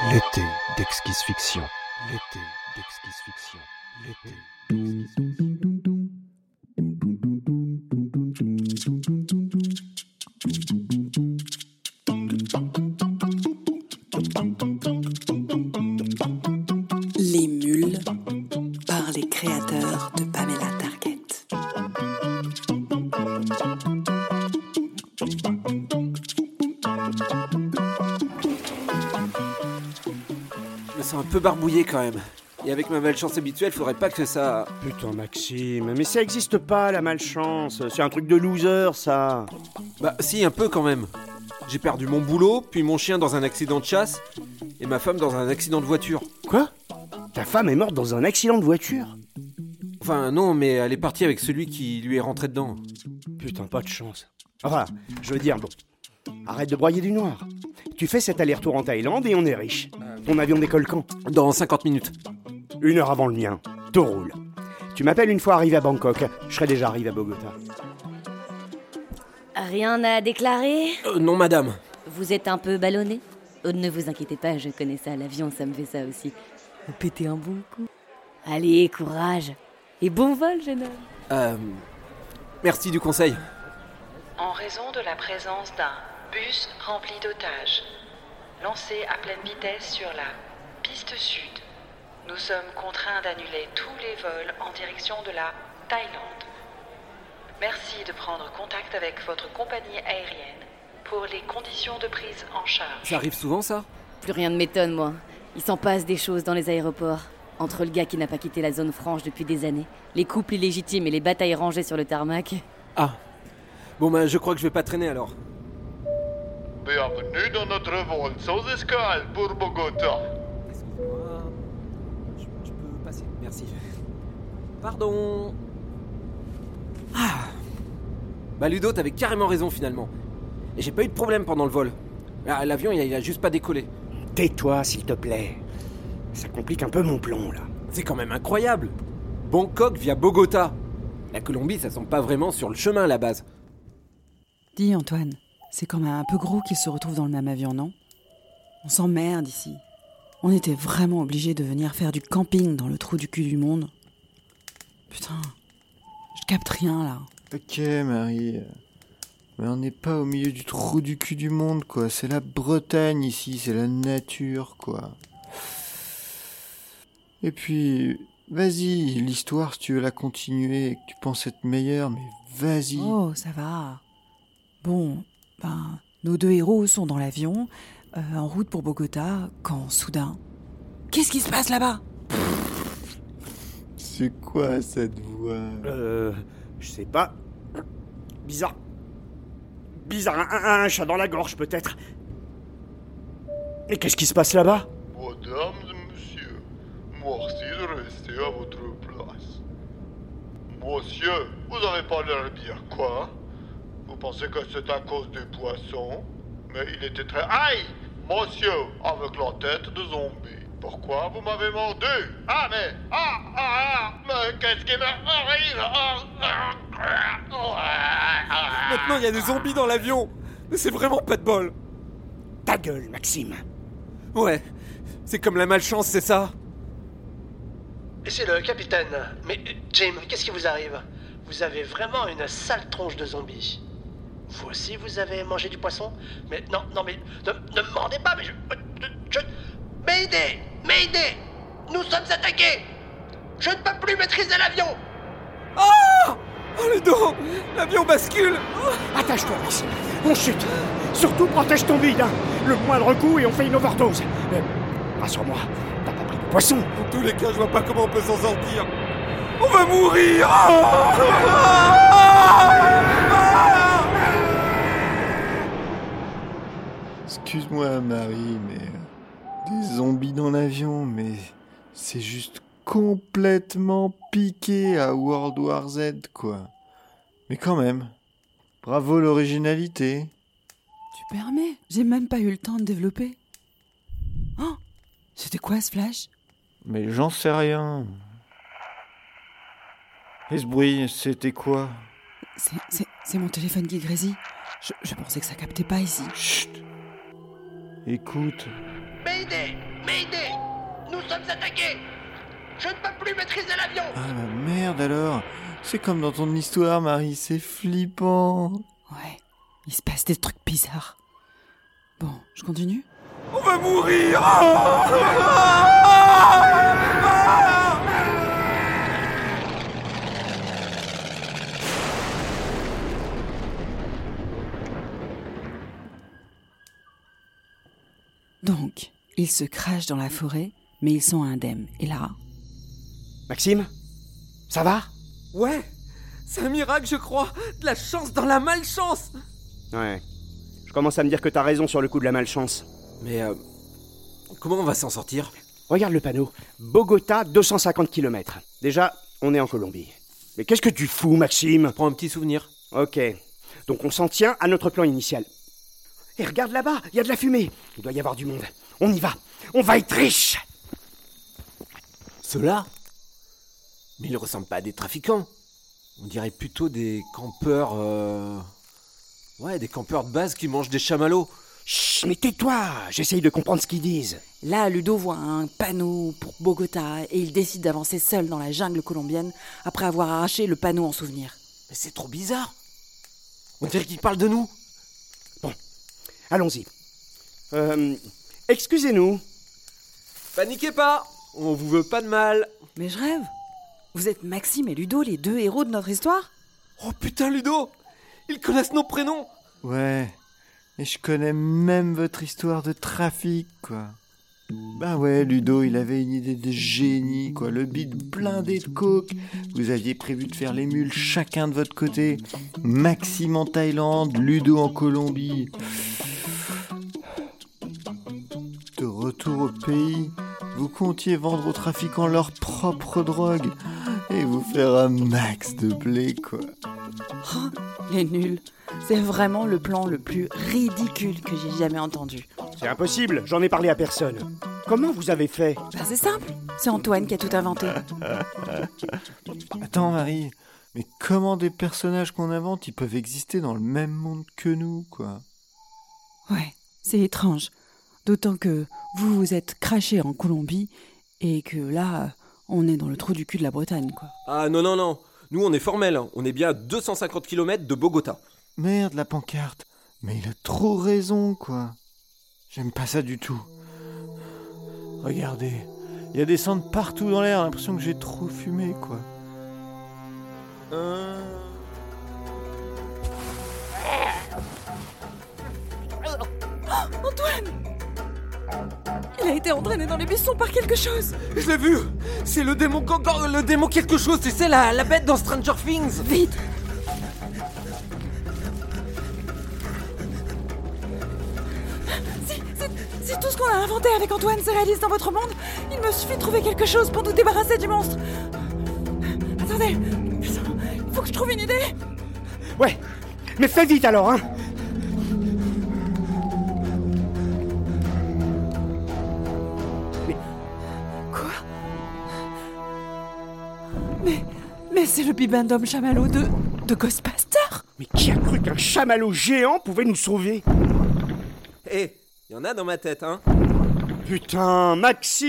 L'été d'Exquise Fiction. L'été d'Exquise Fiction. L'été d'Exquise Fiction. Les mules par les créateurs de Pamela Target. Je me sens un peu barbouillé quand même. Et avec ma malchance habituelle, faudrait pas que ça... Putain Maxime, mais ça existe pas la malchance, c'est un truc de loser ça. Bah si, un peu quand même. J'ai perdu mon boulot, puis mon chien dans un accident de chasse, et ma femme dans un accident de voiture. Quoi ? Ta femme est morte dans un accident de voiture ? Enfin non, mais elle est partie avec celui qui lui est rentré dedans. Putain, pas de chance. Enfin, je veux dire, bon, arrête de broyer du noir. Tu fais cet aller-retour en Thaïlande et on est riche. Ton avion décolle quand ? Dans 50 minutes. 1 heure avant le mien. Tout roule. Tu m'appelles une fois arrivé à Bangkok. Je serai déjà arrivé à Bogota. Rien à déclarer ? Non madame. Vous êtes un peu ballonné ? Oh, ne vous inquiétez pas, je connais ça, l'avion ça me fait ça aussi. Vous pétez un bon coup. Allez, courage. Et bon vol, jeune homme. Merci du conseil. En raison de la présence d'un bus rempli d'otages, lancé à pleine vitesse sur la piste sud, nous sommes contraints d'annuler tous les vols en direction de la Thaïlande. Merci de prendre contact avec votre compagnie aérienne pour les conditions de prise en charge. Ça arrive souvent ça ? Plus rien ne m'étonne, moi. Il s'en passe des choses dans les aéroports. Entre le gars qui n'a pas quitté la zone franche depuis des années, les couples illégitimes et les batailles rangées sur le tarmac. Ah. Bon bah je crois que je vais pas traîner alors. Bienvenue dans notre vol sans escale pour Bogota. Excuse-moi. Je peux passer, merci. Pardon. Ah. Bah Ludo, t'avais carrément raison finalement. Et j'ai pas eu de problème pendant le vol. L'avion il a juste pas décollé. Tais-toi, s'il te plaît. Ça complique un peu mon plan, là. C'est quand même incroyable. Bangkok via Bogota. La Colombie, ça semble pas vraiment sur le chemin à la base. Dis Antoine, c'est quand même un peu gros qu'ils se retrouvent dans le même avion, non ? On s'emmerde ici. On était vraiment obligés de venir faire du camping dans le trou du cul du monde. Putain, je capte rien là. Ok Marie, mais on n'est pas au milieu du trou du cul du monde quoi, c'est la Bretagne ici, c'est la nature quoi. Et puis, vas-y, l'histoire si tu veux la continuer et que tu penses être meilleur, mais vas-y. Oh, ça va. Bon, nos deux héros sont dans l'avion, en route pour Bogota, quand soudain... Qu'est-ce qui se passe là-bas ? C'est quoi cette voix ? Je sais pas. Bizarre. Un chat dans la gorge peut-être. Mais qu'est-ce qui se passe là-bas ? Mesdames et messieurs, merci de rester à votre place. Monsieur, vous avez pas l'air bien, quoi ? Vous pensez que c'est à cause des poissons ? Mais il était très... Aïe ! Monsieur, avec la tête de zombie. Pourquoi vous m'avez mordu ? Ah, mais... mais qu'est-ce qui m'arrive ? Maintenant il y a des zombies dans l'avion. Mais c'est vraiment pas de bol. Ta gueule, Maxime. Ouais, c'est comme la malchance, c'est ça. C'est le capitaine. Mais Jim, qu'est-ce qui vous arrive ? Vous avez vraiment une sale tronche de zombie. Vous aussi, vous avez mangé du poisson ? Mais non, mais ne me mordez pas, mais je... Mayday ! Nous sommes attaqués ! Je ne peux plus maîtriser l'avion ! Oh le dos. L'avion bascule. Attache-toi, Maxime. On chute. Surtout protège ton bide. Le moindre coup et on fait une overdose. Rassure-moi, t'as pas pris de poisson. Dans tous les cas, je vois pas comment on peut s'en sortir. On va mourir. Excuse-moi Marie, mais... Des zombies dans l'avion, mais... C'est juste complètement piqué à World War Z, quoi. Mais quand même, bravo l'originalité. Tu permets ? J'ai même pas eu le temps de développer. Oh, c'était quoi ce flash ? Mais j'en sais rien. Et ce bruit, c'était quoi ? C'est mon téléphone qui grésille. Je pensais que ça captait pas ici. Chut ! Écoute. Mayday ! Mayday! Nous sommes attaqués! Je ne peux plus maîtriser l'avion! Ah la merde alors! C'est comme dans ton histoire, Marie, c'est flippant! Ouais, il se passe des trucs bizarres. Bon, je continue ? On va mourir! Donc, ils se crachent dans la forêt, mais ils sont indemnes. Et là... Maxime ? Ça va ? Ouais, c'est un miracle, je crois. De la chance dans la malchance. Ouais. Je commence à me dire que t'as raison sur le coup de la malchance. Mais comment on va s'en sortir ? Regarde le panneau. Bogota, 250 km. Déjà, on est en Colombie. Mais qu'est-ce que tu fous, Maxime ? Prends un petit souvenir. Ok. Donc on s'en tient à notre plan initial. Et regarde là-bas, il y a de la fumée. Il doit y avoir du monde. On y va. On va être riches. Ceux-là ? Mais ils ressemblent pas à des trafiquants. On dirait plutôt des campeurs... Ouais, des campeurs de base qui mangent des chamallows. Chut, mais tais-toi. J'essaye de comprendre ce qu'ils disent. Là, Ludo voit un panneau pour Bogota et il décide d'avancer seul dans la jungle colombienne après avoir arraché le panneau en souvenir. Mais c'est trop bizarre. On dirait qu'ils parlent de nous. Bon, allons-y. Excusez-nous. Paniquez pas, on vous veut pas de mal. Mais je rêve. Vous êtes Maxime et Ludo, les deux héros de notre histoire ? Oh putain, Ludo, ils connaissent nos prénoms. Ouais, et je connais même votre histoire de trafic, quoi. Bah ouais, Ludo, il avait une idée de génie, quoi. Le beat blindé de coke. Vous aviez prévu de faire les mules chacun de votre côté. Maxime en Thaïlande, Ludo en Colombie. De retour au pays, vous comptiez vendre aux trafiquants leur propre drogue et vous faire un max de blé, quoi. Oh, les nuls. C'est vraiment le plan le plus ridicule que j'ai jamais entendu. C'est impossible, j'en ai parlé à personne. Comment vous avez fait ? Bah c'est simple, c'est Antoine qui a tout inventé. Attends, Marie, mais comment des personnages qu'on invente, ils peuvent exister dans le même monde que nous, quoi ? Ouais, c'est étrange. D'autant que vous vous êtes crashé en Colombie et que là, on est dans le trou du cul de la Bretagne, quoi. Ah non, non, non. Nous, on est formel. Hein. On est bien à 250 km de Bogota. Merde, la pancarte. Mais il a trop raison, quoi. J'aime pas ça du tout. Regardez, il y a des cendres partout dans l'air. L'impression que j'ai trop fumé, quoi. Antoine! Il a été entraîné dans les buissons par quelque chose. Je l'ai vu. C'est le démon quelque chose. Tu sais, la bête dans Stranger Things. Vite! Si tout ce qu'on a inventé avec Antoine se réalise dans votre monde, il me suffit de trouver quelque chose pour nous débarrasser du monstre. Attendez, il faut que je trouve une idée. Ouais, mais fais vite alors, hein. Mais c'est le bibendum chamallow de Ghostbusters. Mais qui a cru qu'un chamallow géant pouvait nous sauver ? Hé, y en a dans ma tête, hein. Putain, Maxime !